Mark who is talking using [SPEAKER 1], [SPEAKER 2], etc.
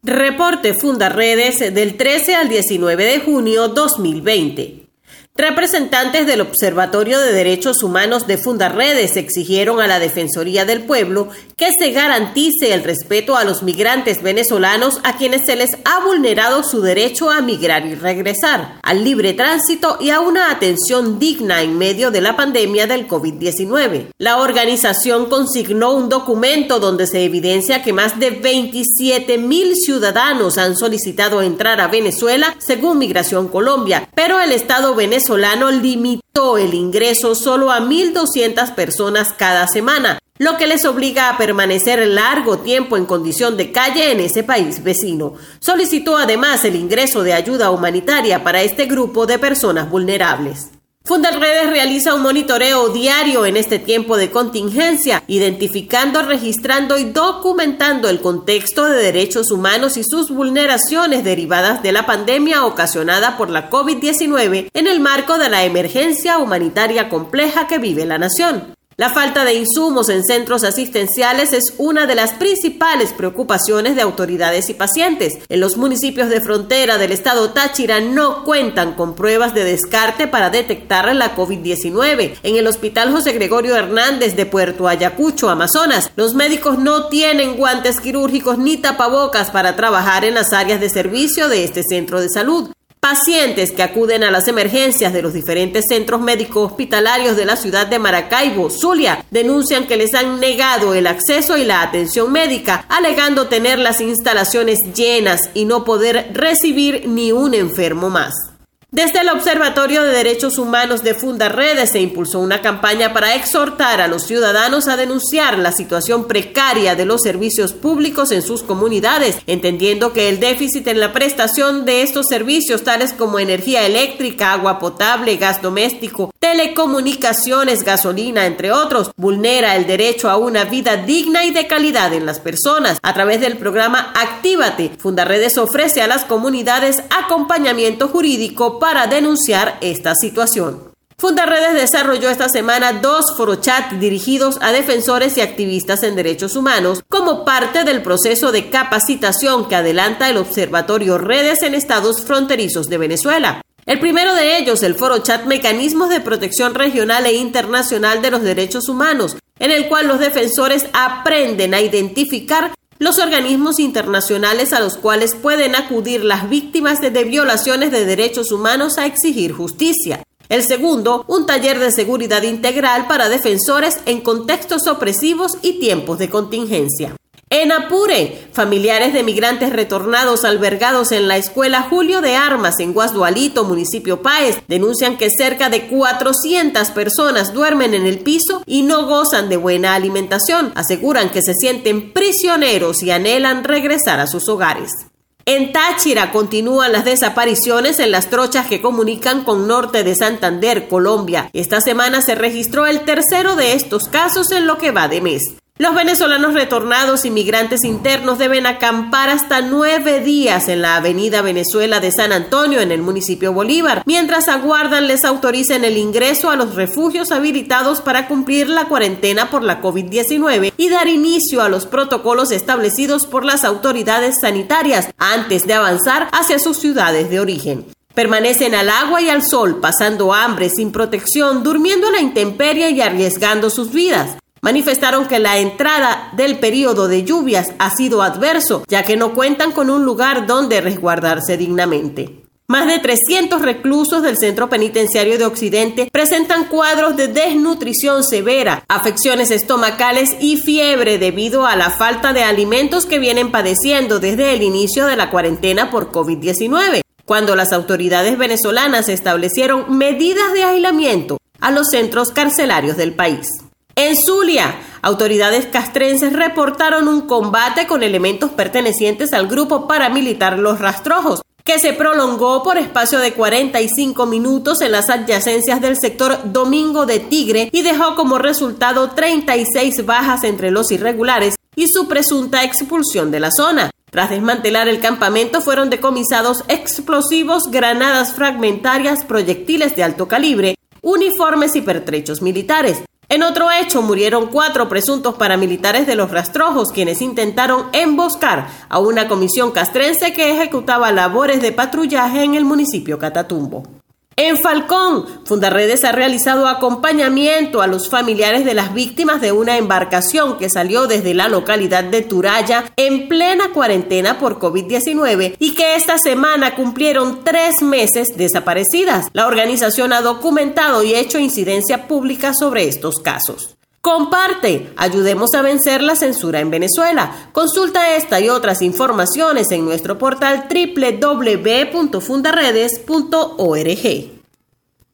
[SPEAKER 1] Reporte Fundarredes del 13 al 19 de junio 2020. Representantes del Observatorio de Derechos Humanos de Fundarredes exigieron a la Defensoría del Pueblo que se garantice el respeto a los migrantes venezolanos a quienes se les ha vulnerado su derecho a migrar y regresar, al libre tránsito y a una atención digna en medio de la pandemia del COVID-19. La organización consignó un documento donde se evidencia que más de 27,000 ciudadanos han solicitado entrar a Venezuela según Migración Colombia, pero el Estado venezolano limitó el ingreso solo a 1,200 personas cada semana, lo que les obliga a permanecer largo tiempo en condición de calle en ese país vecino. Solicitó además el ingreso de ayuda humanitaria para este grupo de personas vulnerables. Fundarredes realiza un monitoreo diario en este tiempo de contingencia, identificando, registrando y documentando el contexto de derechos humanos y sus vulneraciones derivadas de la pandemia ocasionada por la COVID-19 en el marco de la emergencia humanitaria compleja que vive la nación. La falta de insumos en centros asistenciales es una de las principales preocupaciones de autoridades y pacientes. En los municipios de frontera del estado Táchira no cuentan con pruebas de descarte para detectar la COVID-19. En el Hospital José Gregorio Hernández de Puerto Ayacucho, Amazonas, los médicos no tienen guantes quirúrgicos ni tapabocas para trabajar en las áreas de servicio de este centro de salud. Pacientes que acuden a las emergencias de los diferentes centros médicos hospitalarios de la ciudad de Maracaibo, Zulia, denuncian que les han negado el acceso y la atención médica, alegando tener las instalaciones llenas y no poder recibir ni un enfermo más. Desde el Observatorio de Derechos Humanos de Fundarredes se impulsó una campaña para exhortar a los ciudadanos a denunciar la situación precaria de los servicios públicos en sus comunidades, entendiendo que el déficit en la prestación de estos servicios, tales como energía eléctrica, agua potable, gas doméstico, telecomunicaciones, gasolina, entre otros, vulnera el derecho a una vida digna y de calidad en las personas. A través del programa Actívate, Fundarredes ofrece a las comunidades acompañamiento jurídico para denunciar esta situación. Fundarredes desarrolló esta semana 2 forochats dirigidos a defensores y activistas en derechos humanos como parte del proceso de capacitación que adelanta el Observatorio Redes en estados fronterizos de Venezuela. El primero de ellos, el forochat Mecanismos de Protección Regional e Internacional de los Derechos Humanos, en el cual los defensores aprenden a identificar los organismos internacionales a los cuales pueden acudir las víctimas de violaciones de derechos humanos a exigir justicia. El segundo, un taller de seguridad integral para defensores en contextos opresivos y tiempos de contingencia. En Apure, familiares de migrantes retornados albergados en la escuela Julio de Armas en Guasdualito, municipio Páez, denuncian que cerca de 400 personas duermen en el piso y no gozan de buena alimentación. Aseguran que se sienten prisioneros y anhelan regresar a sus hogares. En Táchira continúan las desapariciones en las trochas que comunican con norte de Santander, Colombia. Esta semana se registró el tercero de estos casos en lo que va de mes. Los venezolanos retornados y migrantes internos deben acampar hasta 9 días en la avenida Venezuela de San Antonio en el municipio Bolívar, mientras aguardan les autoricen el ingreso a los refugios habilitados para cumplir la cuarentena por la COVID-19 y dar inicio a los protocolos establecidos por las autoridades sanitarias antes de avanzar hacia sus ciudades de origen. Permanecen al agua y al sol, pasando hambre, sin protección, durmiendo a la intemperie y arriesgando sus vidas. Manifestaron que la entrada del periodo de lluvias ha sido adverso, ya que no cuentan con un lugar donde resguardarse dignamente. Más de 300 reclusos del Centro Penitenciario de Occidente presentan cuadros de desnutrición severa, afecciones estomacales y fiebre debido a la falta de alimentos que vienen padeciendo desde el inicio de la cuarentena por COVID-19, cuando las autoridades venezolanas establecieron medidas de aislamiento a los centros carcelarios del país. En Zulia, autoridades castrenses reportaron un combate con elementos pertenecientes al grupo paramilitar Los Rastrojos, que se prolongó por espacio de 45 minutos en las adyacencias del sector Domingo de Tigre y dejó como resultado 36 bajas entre los irregulares y su presunta expulsión de la zona. Tras desmantelar el campamento fueron decomisados explosivos, granadas fragmentarias, proyectiles de alto calibre, uniformes y pertrechos militares. En otro hecho, murieron 4 presuntos paramilitares de Los Rastrojos, quienes intentaron emboscar a una comisión castrense que ejecutaba labores de patrullaje en el municipio Catatumbo. En Falcón, Fundarredes ha realizado acompañamiento a los familiares de las víctimas de una embarcación que salió desde la localidad de Turaya en plena cuarentena por COVID-19 y que esta semana cumplieron 3 meses desaparecidas. La organización ha documentado y hecho incidencia pública sobre estos casos. Comparte, ayudemos a vencer la censura en Venezuela. Consulta esta y otras informaciones en nuestro portal www.fundarredes.org.